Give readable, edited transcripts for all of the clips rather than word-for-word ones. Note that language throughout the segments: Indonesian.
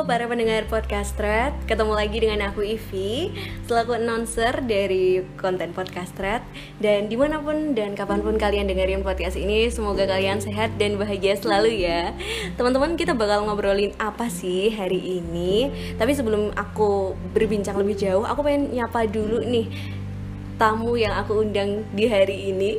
para pendengar podcast Thread, ketemu lagi dengan aku Ivi selaku announcer dari konten podcast Thread. Dan dimanapun dan kapanpun kalian dengerin podcast ini, semoga kalian sehat dan bahagia selalu ya. Teman-teman, kita bakal ngobrolin apa sih hari ini? Tapi sebelum aku berbincang lebih jauh, aku pengen nyapa dulu nih tamu yang aku undang di hari ini.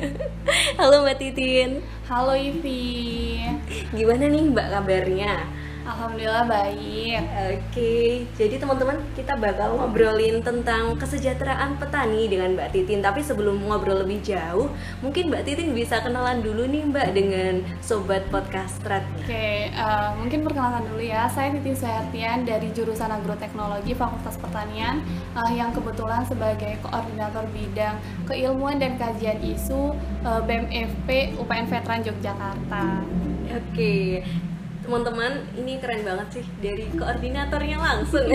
Halo Mbak Titin. Halo Ivi. Gimana nih Mbak kabarnya? Alhamdulillah baik. Oke, jadi teman-teman, kita bakal ngobrolin tentang kesejahteraan petani dengan Mbak Titin. Tapi sebelum ngobrol lebih jauh, mungkin Mbak Titin bisa kenalan dulu nih Mbak dengan Sobat Podcast Thread. Oke, mungkin perkenalkan dulu ya. Saya Titin Suhertian dari jurusan Agroteknologi Fakultas Pertanian, yang kebetulan sebagai koordinator bidang keilmuan dan kajian isu BMFP UPN Veteran Yogyakarta. Oke, teman-teman, ini keren banget sih, dari koordinatornya langsung.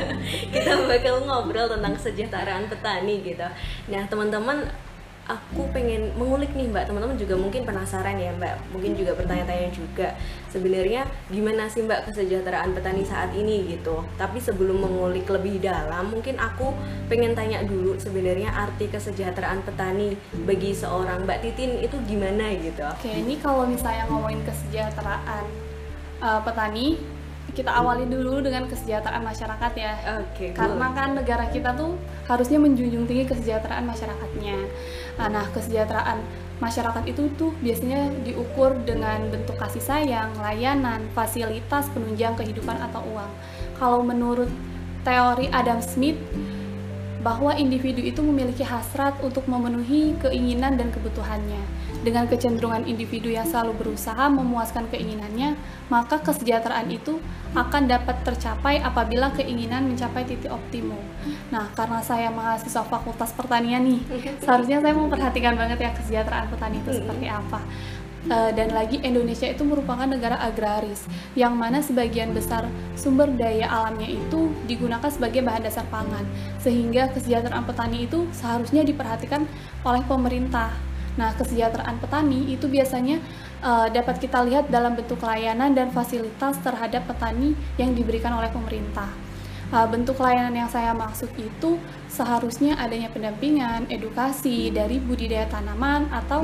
Kita bakal ngobrol tentang kesejahteraan petani gitu. Nah teman-teman, aku pengen mengulik nih Mbak, teman-teman juga mungkin penasaran ya Mbak, mungkin juga bertanya-tanya juga sebenarnya gimana sih Mbak kesejahteraan petani saat ini gitu. Tapi sebelum mengulik lebih dalam, mungkin aku pengen tanya dulu sebenarnya arti kesejahteraan petani bagi seorang Mbak Titin itu gimana gitu. Oke, ini kalau misalnya ngomongin kesejahteraan petani, kita awali dulu dengan kesejahteraan masyarakat ya. Oke, karena kan negara kita tuh harusnya menjunjung tinggi kesejahteraan masyarakatnya. Nah, kesejahteraan masyarakat itu tuh biasanya diukur dengan bentuk kasih sayang, layanan, fasilitas penunjang kehidupan atau uang. Kalau menurut teori Adam Smith, bahwa individu itu memiliki hasrat untuk memenuhi keinginan dan kebutuhannya. Dengan kecenderungan individu yang selalu berusaha memuaskan keinginannya, maka kesejahteraan itu akan dapat tercapai apabila keinginan mencapai titik optimum. Nah, karena saya mahasiswa Fakultas Pertanian nih, seharusnya saya memperhatikan banget ya kesejahteraan petani itu seperti apa. Dan lagi Indonesia itu merupakan negara agraris, yang mana sebagian besar sumber daya alamnya itu digunakan sebagai bahan dasar pangan, sehingga kesejahteraan petani itu seharusnya diperhatikan oleh pemerintah. Nah, kesejahteraan petani itu biasanya dapat kita lihat dalam bentuk layanan dan fasilitas terhadap petani yang diberikan oleh pemerintah. Bentuk layanan yang saya maksud itu seharusnya adanya pendampingan, edukasi dari budidaya tanaman atau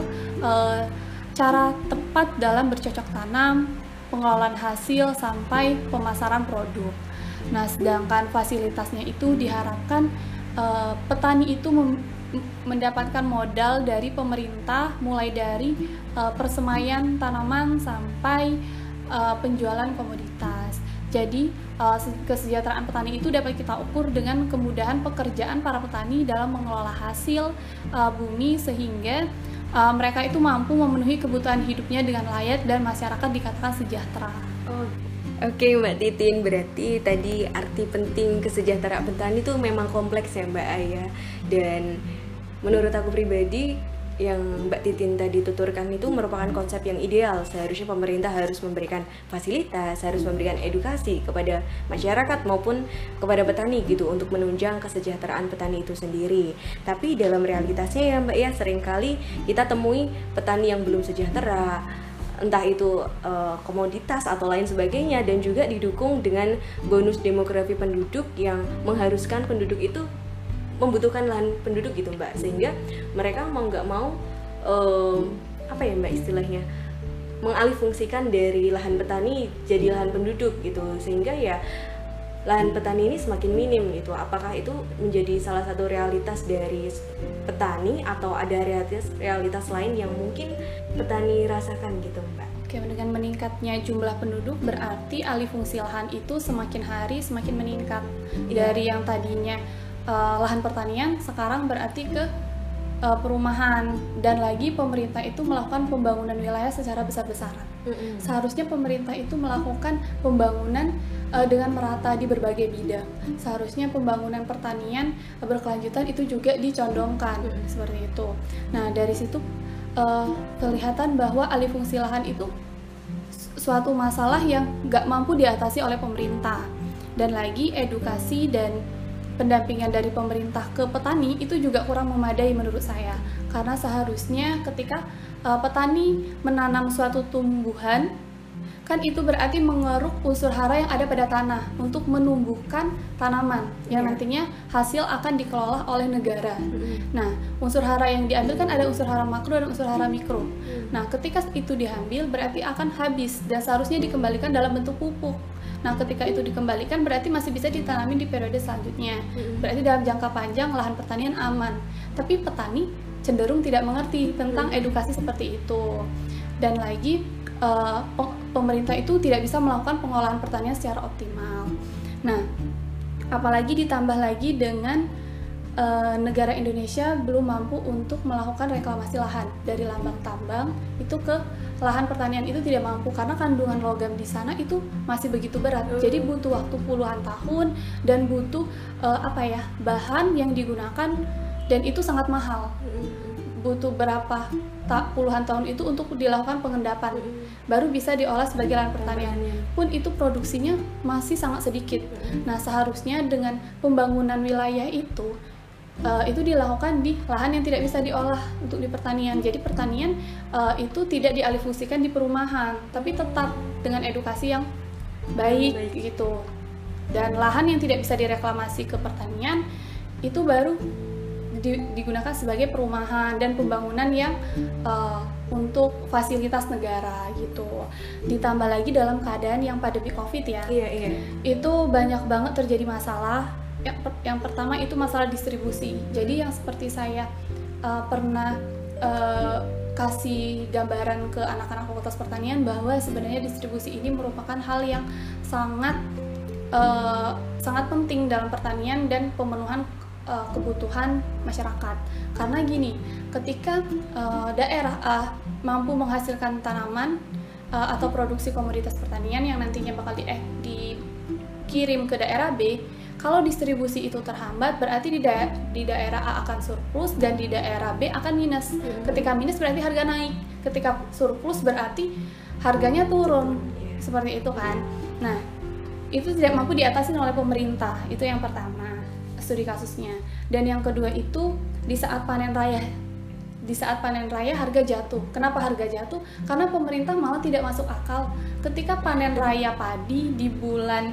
cara tepat dalam bercocok tanam, pengelolaan hasil sampai pemasaran produk. Nah, sedangkan fasilitasnya itu diharapkan petani itu mendapatkan modal dari pemerintah, mulai dari persemaian tanaman sampai penjualan komoditas. Jadi kesejahteraan petani itu dapat kita ukur dengan kemudahan pekerjaan para petani dalam mengelola hasil bumi, sehingga mereka itu mampu memenuhi kebutuhan hidupnya dengan layak dan masyarakat dikatakan sejahtera. Oke Mbak Titin, berarti tadi arti penting kesejahteraan petani itu memang kompleks ya Mbak Aya. Dan menurut aku pribadi, yang Mbak Titin tadi tuturkan itu merupakan konsep yang ideal. Seharusnya pemerintah harus memberikan fasilitas, harus memberikan edukasi kepada masyarakat maupun kepada petani gitu, untuk menunjang kesejahteraan petani itu sendiri. Tapi dalam realitasnya ya Mbak ya, seringkali kita temui petani yang belum sejahtera, entah itu komoditas atau lain sebagainya, dan juga didukung dengan bonus demografi penduduk yang mengharuskan penduduk itu membutuhkan lahan penduduk gitu Mbak, sehingga mereka mau nggak mau apa ya Mbak istilahnya, mengalihfungsikan dari lahan petani jadi lahan penduduk gitu, sehingga ya lahan petani ini semakin minim gitu. Apakah itu menjadi salah satu realitas dari petani atau ada realitas lain yang mungkin petani rasakan gitu Mbak? Oke, dengan meningkatnya jumlah penduduk berarti alih fungsi lahan itu semakin hari semakin meningkat. Dari yang tadinya lahan pertanian sekarang berarti ke perumahan, dan lagi pemerintah itu melakukan pembangunan wilayah secara besar-besaran. Seharusnya pemerintah itu melakukan pembangunan dengan merata di berbagai bidang. Seharusnya pembangunan pertanian berkelanjutan itu juga dicondongkan seperti itu. Nah, dari situ kelihatan bahwa alih fungsi lahan itu suatu masalah yang nggak mampu diatasi oleh pemerintah. Dan lagi edukasi dan pendampingan dari pemerintah ke petani itu juga kurang memadai menurut saya, karena seharusnya ketika petani menanam suatu tumbuhan kan itu berarti mengeruk unsur hara yang ada pada tanah untuk menumbuhkan tanaman yang nantinya hasil akan dikelola oleh negara. Nah, unsur hara yang diambil kan ada unsur hara makro dan unsur hara mikro. Nah, ketika itu diambil berarti akan habis dan seharusnya dikembalikan dalam bentuk pupuk. Nah, ketika itu dikembalikan berarti masih bisa ditanami di periode selanjutnya. Berarti dalam jangka panjang lahan pertanian aman. Tapi petani cenderung tidak mengerti tentang edukasi seperti itu. Dan lagi pemerintah itu tidak bisa melakukan pengolahan pertanian secara optimal. Nah, apalagi ditambah lagi dengan negara Indonesia belum mampu untuk melakukan reklamasi lahan dari lambang tambang itu ke lahan pertanian, itu tidak mampu karena kandungan logam di sana itu masih begitu berat. Jadi butuh waktu puluhan tahun dan butuh bahan yang digunakan dan itu sangat mahal. Butuh berapa puluhan tahun itu untuk dilakukan pengendapan baru bisa diolah sebagai lahan pertanian, pun itu produksinya masih sangat sedikit. Nah, seharusnya dengan pembangunan wilayah itu dilakukan di lahan yang tidak bisa diolah untuk di pertanian. Jadi pertanian itu tidak dialihfungsikan di perumahan, tapi tetap dengan edukasi yang baik gitu. Dan lahan yang tidak bisa direklamasi ke pertanian itu baru digunakan sebagai perumahan dan pembangunan yang untuk fasilitas negara gitu. Ditambah lagi dalam keadaan yang pandemi COVID ya, itu banyak banget terjadi masalah. Yang pertama itu masalah distribusi. Jadi yang seperti saya pernah kasih gambaran ke anak-anak Fakultas Pertanian bahwa sebenarnya distribusi ini merupakan hal yang sangat penting dalam pertanian dan pemenuhan kebutuhan masyarakat. Karena gini, ketika daerah A mampu menghasilkan tanaman atau produksi komoditas pertanian yang nantinya bakal dikirim ke daerah B, kalau distribusi itu terhambat berarti di daerah A akan surplus dan di daerah B akan minus. Ketika minus berarti harga naik, ketika surplus berarti harganya turun, seperti itu kan. Nah, itu tidak mampu diatasi oleh pemerintah, itu yang pertama studi kasusnya. Dan yang kedua itu di saat panen raya harga jatuh. Kenapa harga jatuh? Karena pemerintah malah tidak masuk akal ketika panen raya padi di bulan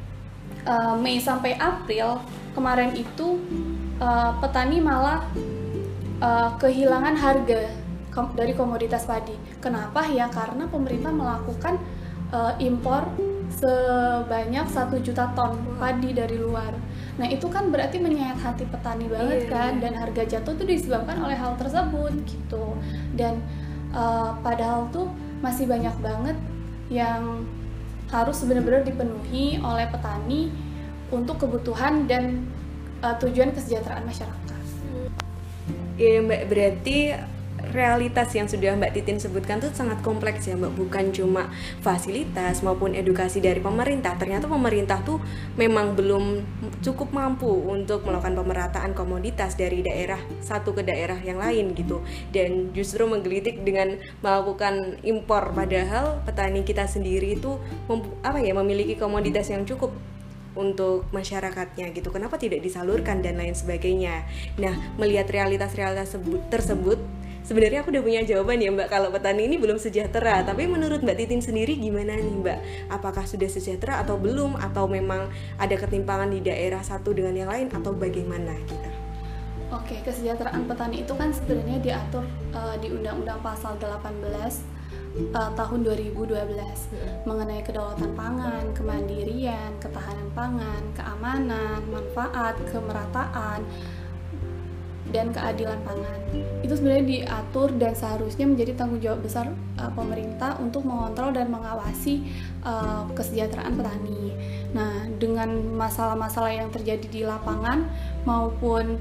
Mei sampai April kemarin itu petani malah kehilangan harga dari komoditas padi. Kenapa ya? Karena pemerintah melakukan impor sebanyak 1 juta ton padi dari luar. Nah, itu kan berarti menyayat hati petani banget kan, dan harga jatuh tuh disebabkan oleh hal tersebut gitu. Dan padahal tuh masih banyak banget yang harus benar-benar dipenuhi oleh petani untuk kebutuhan dan tujuan kesejahteraan masyarakat. Iya Mbak, berarti realitas yang sudah Mbak Titin sebutkan tuh sangat kompleks ya Mbak, bukan cuma fasilitas maupun edukasi dari pemerintah. Ternyata pemerintah tuh memang belum cukup mampu untuk melakukan pemerataan komoditas dari daerah satu ke daerah yang lain gitu, dan justru menggelitik dengan melakukan impor, padahal petani kita sendiri itu memiliki komoditas yang cukup untuk masyarakatnya gitu. Kenapa tidak disalurkan dan lain sebagainya. Nah, melihat realitas-realitas tersebut, sebenarnya aku udah punya jawaban ya Mbak, kalau petani ini belum sejahtera. Tapi menurut Mbak Titin sendiri gimana nih Mbak? Apakah sudah sejahtera atau belum? Atau memang ada ketimpangan di daerah satu dengan yang lain atau bagaimana kita? Oke, kesejahteraan petani itu kan sebenarnya diatur di Undang-Undang Pasal 18 tahun 2012 mengenai kedaulatan pangan, kemandirian, ketahanan pangan, keamanan, manfaat, kemerataan, dan keadilan pangan. Itu sebenarnya diatur dan seharusnya menjadi tanggung jawab besar pemerintah untuk mengontrol dan mengawasi kesejahteraan petani. Nah, dengan masalah-masalah yang terjadi di lapangan maupun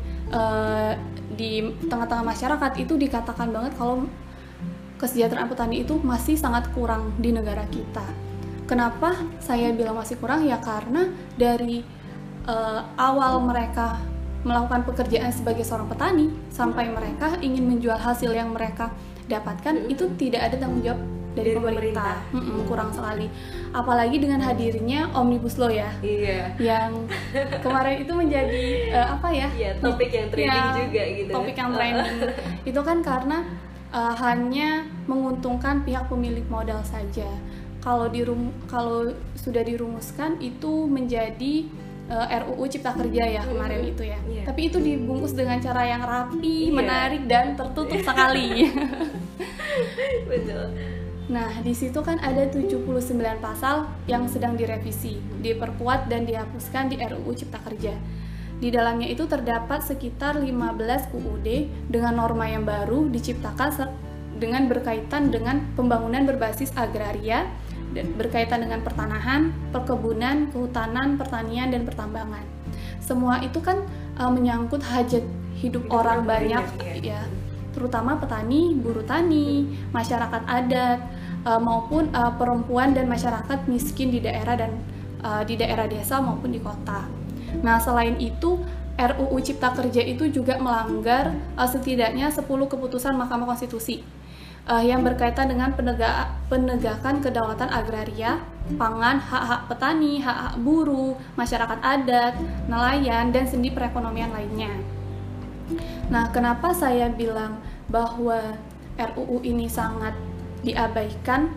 di tengah-tengah masyarakat, itu dikatakan banget kalau kesejahteraan petani itu masih sangat kurang di negara kita. Kenapa saya bilang masih kurang? Ya karena dari awal mereka melakukan pekerjaan sebagai seorang petani sampai mereka ingin menjual hasil yang mereka dapatkan, itu tidak ada tanggung jawab dari pemerintah. Kurang sekali. Apalagi dengan hadirnya Omnibus Law ya, yang kemarin itu menjadi topik yang trending juga gitu. Topik yang trending itu kan karena hanya menguntungkan pihak pemilik modal saja. kalau sudah dirumuskan itu menjadi RUU Cipta Kerja ya kemarin itu ya. Tapi itu dibungkus dengan cara yang rapi, menarik dan tertutup sekali. Betul. Nah, di situ kan ada 79 pasal yang sedang direvisi, diperkuat dan dihapuskan di RUU Cipta Kerja. Di dalamnya itu terdapat sekitar 15 UUD dengan norma yang baru diciptakan dengan berkaitan dengan pembangunan berbasis agraria, berkaitan dengan pertanahan, perkebunan, kehutanan, pertanian, dan pertambangan. Semua itu kan menyangkut hajat hidup orang banyak ya, terutama petani, buruh tani, masyarakat adat, maupun perempuan dan masyarakat miskin di daerah dan di daerah desa maupun di kota. Nah, selain itu RUU Cipta Kerja itu juga melanggar setidaknya 10 keputusan Mahkamah Konstitusi yang berkaitan dengan penegakan kedaulatan agraria, pangan, hak-hak petani, hak-hak buruh, masyarakat adat, nelayan, dan sendi perekonomian lainnya. Nah, kenapa saya bilang bahwa RUU ini sangat diabaikan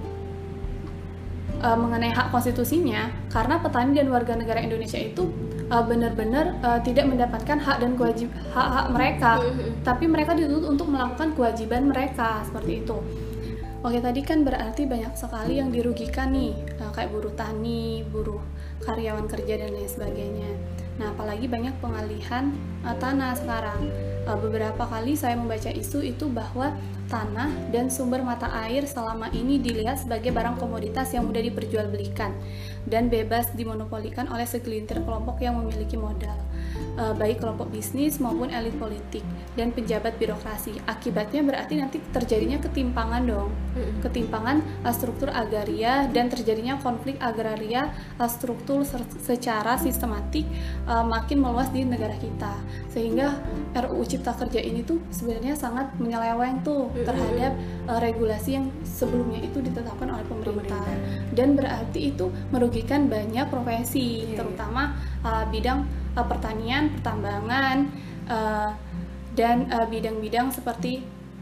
mengenai hak konstitusinya? Karena petani dan warga negara Indonesia itu benar-benar tidak mendapatkan hak dan hak mereka, tapi mereka dituntut untuk melakukan kewajiban mereka seperti itu. Oke, tadi kan berarti banyak sekali yang dirugikan nih, kayak buruh tani, buruh karyawan kerja dan lain sebagainya. Nah, apalagi banyak pengalihan tanah sekarang. Beberapa kali saya membaca isu itu bahwa tanah dan sumber mata air selama ini dilihat sebagai barang komoditas yang mudah diperjualbelikan dan bebas dimonopolikan oleh segelintir kelompok yang memiliki modal, baik kelompok bisnis maupun elit politik dan pejabat birokrasi. Akibatnya berarti nanti terjadinya ketimpangan dong, ketimpangan struktur agraria dan terjadinya konflik agraria struktur secara sistematik makin meluas di negara kita, sehingga RUU Cipta Kerja ini tuh sebenarnya sangat menyeleweng tuh terhadap regulasi yang sebelumnya itu ditetapkan oleh pemerintah. Dan berarti itu merugikan banyak profesi, terutama bidang pertanian, pertambangan, dan bidang-bidang seperti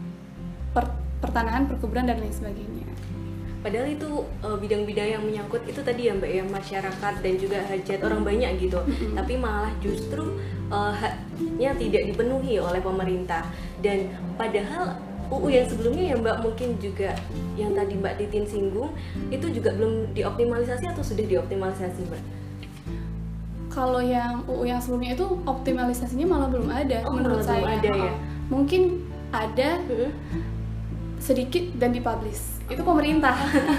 pertanahan, perkebunan, dan lain sebagainya. Padahal itu bidang-bidang yang menyangkut itu tadi ya Mbak ya, masyarakat dan juga hajat orang banyak gitu. Tapi malah justru haknya tidak dipenuhi oleh pemerintah. Dan padahal UU yang sebelumnya ya Mbak, mungkin juga yang tadi Mbak Titin singgung, itu juga belum dioptimalisasi atau sudah dioptimalisasi Mbak? Kalau yang UU yang sebelumnya itu optimalisasinya malah belum ada, menurut saya. Belum ada ya? Mungkin ada sedikit dan dipublish. Itu pemerintah.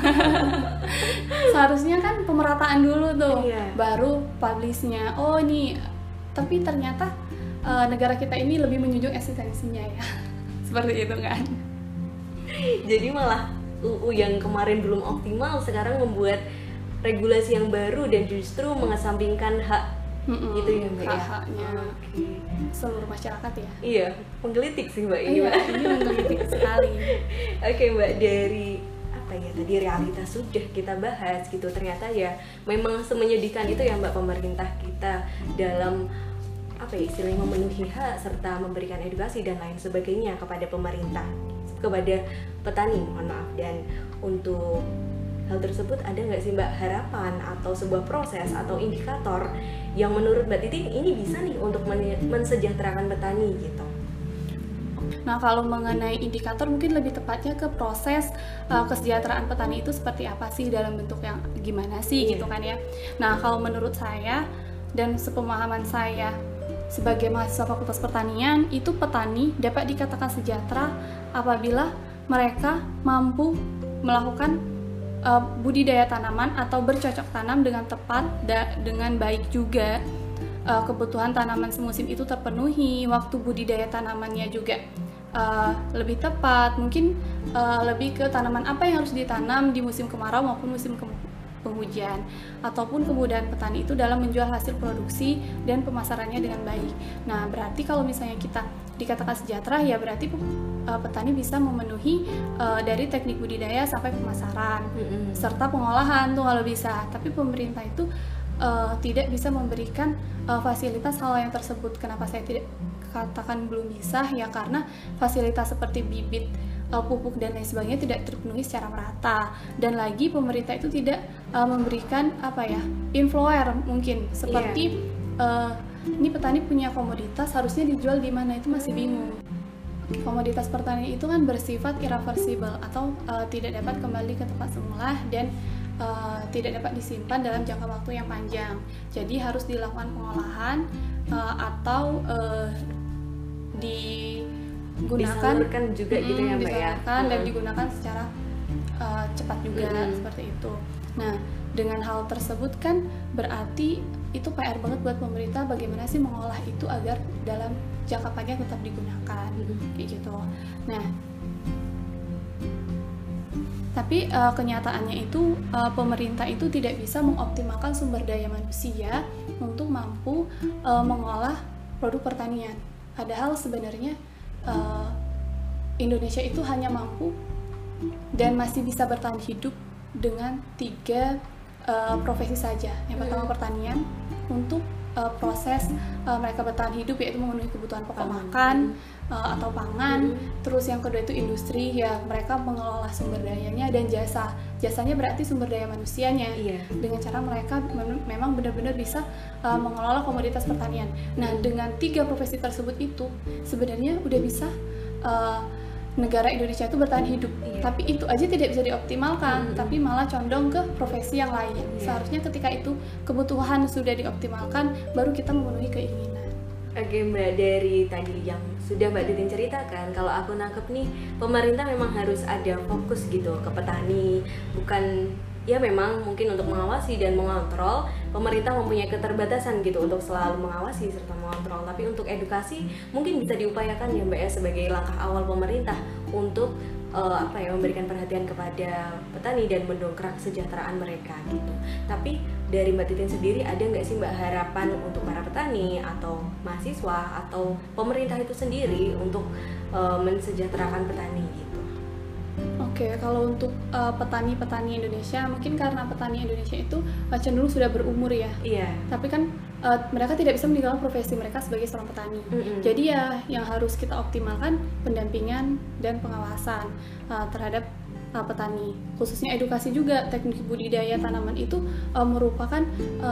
Seharusnya kan pemerataan dulu tuh, baru publishnya. Oh ini, tapi ternyata negara kita ini lebih menjunjung eksistensinya ya. Seperti itu kan. Jadi malah UU yang kemarin belum optimal sekarang membuat regulasi yang baru dan justru mengesampingkan hak gitu ya Mbak ya? Hak-haknya seluruh masyarakat ya. Iya, menggelitik sih Mbak ini. Iya, ini menggelitik sekali. Oke Mbak, dari apa ya tadi realitas sudah kita bahas gitu, ternyata ya memang semenyedihkan itu ya Mbak pemerintah kita dalam apa ya istilahnya memenuhi hak serta memberikan edukasi dan lain sebagainya kepada pemerintah, kepada petani, mohon maaf. Dan untuk hal tersebut ada nggak sih Mbak harapan atau sebuah proses atau indikator yang menurut Mbak Titin ini bisa nih untuk mensejahterakan petani gitu? Nah, kalau mengenai indikator mungkin lebih tepatnya ke proses kesejahteraan petani itu seperti apa sih, dalam bentuk yang gimana sih gitu kan ya. Nah, kalau menurut saya dan sepemahaman saya sebagai mahasiswa Fakultas Pertanian, itu petani dapat dikatakan sejahtera apabila mereka mampu melakukan budidaya tanaman atau bercocok tanam dengan tepat dengan baik juga. Kebutuhan tanaman semusim itu terpenuhi, waktu budidaya tanamannya juga lebih tepat, mungkin lebih ke tanaman apa yang harus ditanam di musim kemarau maupun musim penghujan, ataupun kemudahan petani itu dalam menjual hasil produksi dan pemasarannya dengan baik. Nah, berarti kalau misalnya kita dikatakan sejahtera ya berarti petani bisa memenuhi dari teknik budidaya sampai pemasaran serta pengolahan tuh kalau bisa. Tapi pemerintah itu tidak bisa memberikan fasilitas hal yang tersebut. Kenapa saya tidak katakan belum bisa? Ya karena fasilitas seperti bibit pupuk dan lain sebagainya tidak terpenuhi secara merata, dan lagi pemerintah itu tidak memberikan infloer mungkin seperti ini petani punya komoditas harusnya dijual di mana, itu masih bingung. Komoditas pertanian itu kan bersifat irreversible atau tidak dapat kembali ke tempat semula dan tidak dapat disimpan dalam jangka waktu yang panjang. Jadi harus dilakukan pengolahan atau disalurkan juga gitu ya Mbak ya. Dan digunakan secara cepat juga seperti itu. Nah, dengan hal tersebut kan berarti itu PR banget buat pemerintah bagaimana sih mengolah itu agar dalam jangka panjang tetap digunakan kayak gitu. Nah, tapi kenyataannya itu pemerintah itu tidak bisa mengoptimalkan sumber daya manusia untuk mampu mengolah produk pertanian. Padahal sebenarnya Indonesia itu hanya mampu dan masih bisa bertahan hidup dengan 3 profesi saja. Yang pertama pertanian, untuk proses mereka bertahan hidup yaitu memenuhi kebutuhan pokok makan atau pangan. Terus yang kedua itu industri, ya mereka mengelola sumber dayanya, dan jasanya berarti sumber daya manusianya. Dengan cara mereka memang benar-benar bisa mengelola komoditas pertanian. Nah, dengan 3 profesi tersebut itu sebenarnya udah bisa negara Indonesia itu bertahan hidup. Tapi itu aja tidak bisa dioptimalkan, tapi malah condong ke profesi yang lain. Seharusnya ketika itu kebutuhan sudah dioptimalkan, baru kita memenuhi keinginan. Oke Mbak, dari tadi yang sudah Mbak Titin ceritakan, kalau aku nangkep nih, pemerintah memang harus ada fokus gitu ke petani. Bukan, ya memang mungkin untuk mengawasi dan mengontrol, pemerintah mempunyai keterbatasan gitu untuk selalu mengawasi serta mengontrol. Tapi untuk edukasi mungkin bisa diupayakan ya Mbak ya, sebagai langkah awal pemerintah untuk memberikan perhatian kepada petani dan mendongkrak kesejahteraan mereka gitu. Tapi dari Mbak Titin sendiri, ada nggak sih Mbak harapan untuk para petani atau mahasiswa atau pemerintah itu sendiri untuk mensejahterakan petani gitu? Oke, kalau untuk petani-petani Indonesia, mungkin karena petani Indonesia itu cenderung sudah berumur ya. Tapi kan mereka tidak bisa meninggalkan profesi mereka sebagai seorang petani. Jadi ya yang harus kita optimalkan pendampingan dan pengawasan terhadap petani, khususnya edukasi juga. Teknik budidaya tanaman itu merupakan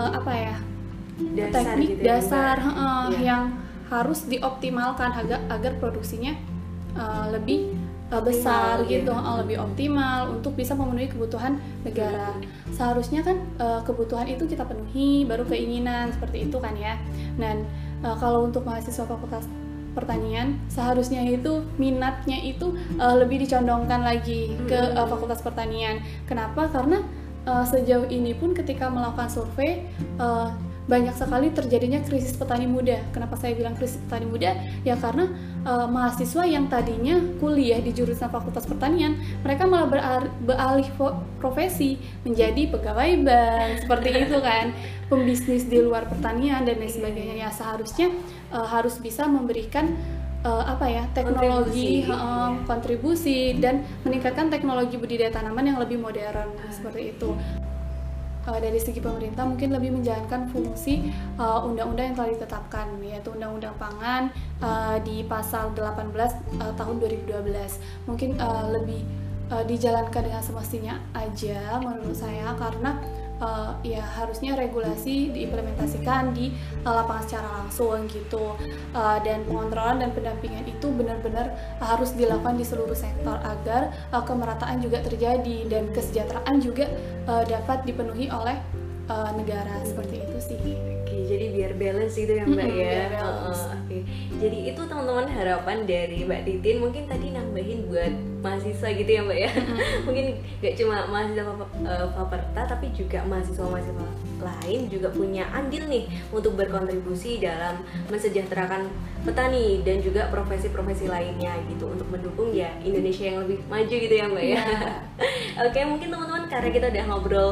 teknik dasar yang harus dioptimalkan agar produksinya lebih besar gitu, lebih optimal untuk bisa memenuhi kebutuhan negara. Seharusnya kan kebutuhan itu kita penuhi, baru keinginan, seperti itu kan ya. Dan kalau untuk mahasiswa fakultas pertanian, seharusnya itu minatnya itu lebih dicondongkan lagi ke fakultas pertanian. Kenapa? Karena sejauh ini pun ketika melakukan survei banyak sekali terjadinya krisis petani muda. Kenapa saya bilang krisis petani muda? Ya karena mahasiswa yang tadinya kuliah di jurusan fakultas pertanian, mereka malah beralih profesi menjadi pegawai bank, seperti itu kan, pembisnis di luar pertanian dan lain sebagainya. Ya seharusnya harus bisa memberikan teknologi, kontribusi dan meningkatkan teknologi budidaya tanaman yang lebih modern, seperti itu. Dari segi pemerintah mungkin lebih menjalankan fungsi undang-undang yang telah ditetapkan, yaitu Undang-Undang Pangan di pasal 18 tahun 2012. Mungkin lebih dijalankan dengan semestinya aja menurut saya, karena ya harusnya regulasi diimplementasikan di lapangan secara langsung gitu, dan pengontrolan dan pendampingan itu benar-benar harus dilakukan di seluruh sektor agar kemerataan juga terjadi dan kesejahteraan juga dapat dipenuhi oleh negara, seperti itu sih. Oke, jadi biar balance itu ya Mbak ya. Oke. Jadi itu teman-teman harapan dari Mbak Titin. Mungkin tadi nambahin buat mahasiswa gitu ya Mbak ya. Mungkin gak cuma mahasiswa Faperta, tapi juga mahasiswa-mahasiswa lain juga punya andil nih untuk berkontribusi dalam mensejahterakan petani dan juga profesi-profesi lainnya gitu, untuk mendukung ya Indonesia yang lebih maju gitu ya Mbak ya. Oke, mungkin teman-teman karena kita udah ngobrol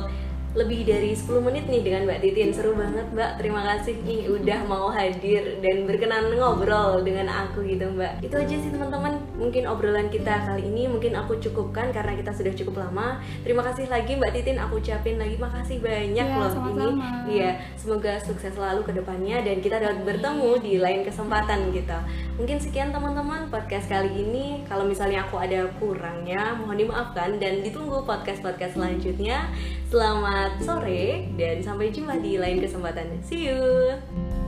lebih dari 10 menit nih dengan Mbak Titin. Seru banget Mbak, terima kasih nih udah mau hadir dan berkenan ngobrol dengan aku gitu Mbak. Itu aja sih teman-teman, mungkin obrolan kita kali ini mungkin aku cukupkan karena kita sudah cukup lama. Terima kasih lagi Mbak Titin, aku ucapin lagi makasih banyak loh. Sama-sama. Ini iya, semoga sukses selalu ke depannya dan kita dapat bertemu di lain kesempatan gitu. Mungkin sekian teman-teman podcast kali ini. Kalau misalnya aku ada kurangnya mohon dimaafkan dan ditunggu podcast-podcast selanjutnya. Selamat sore dan sampai jumpa di lain kesempatan. See you.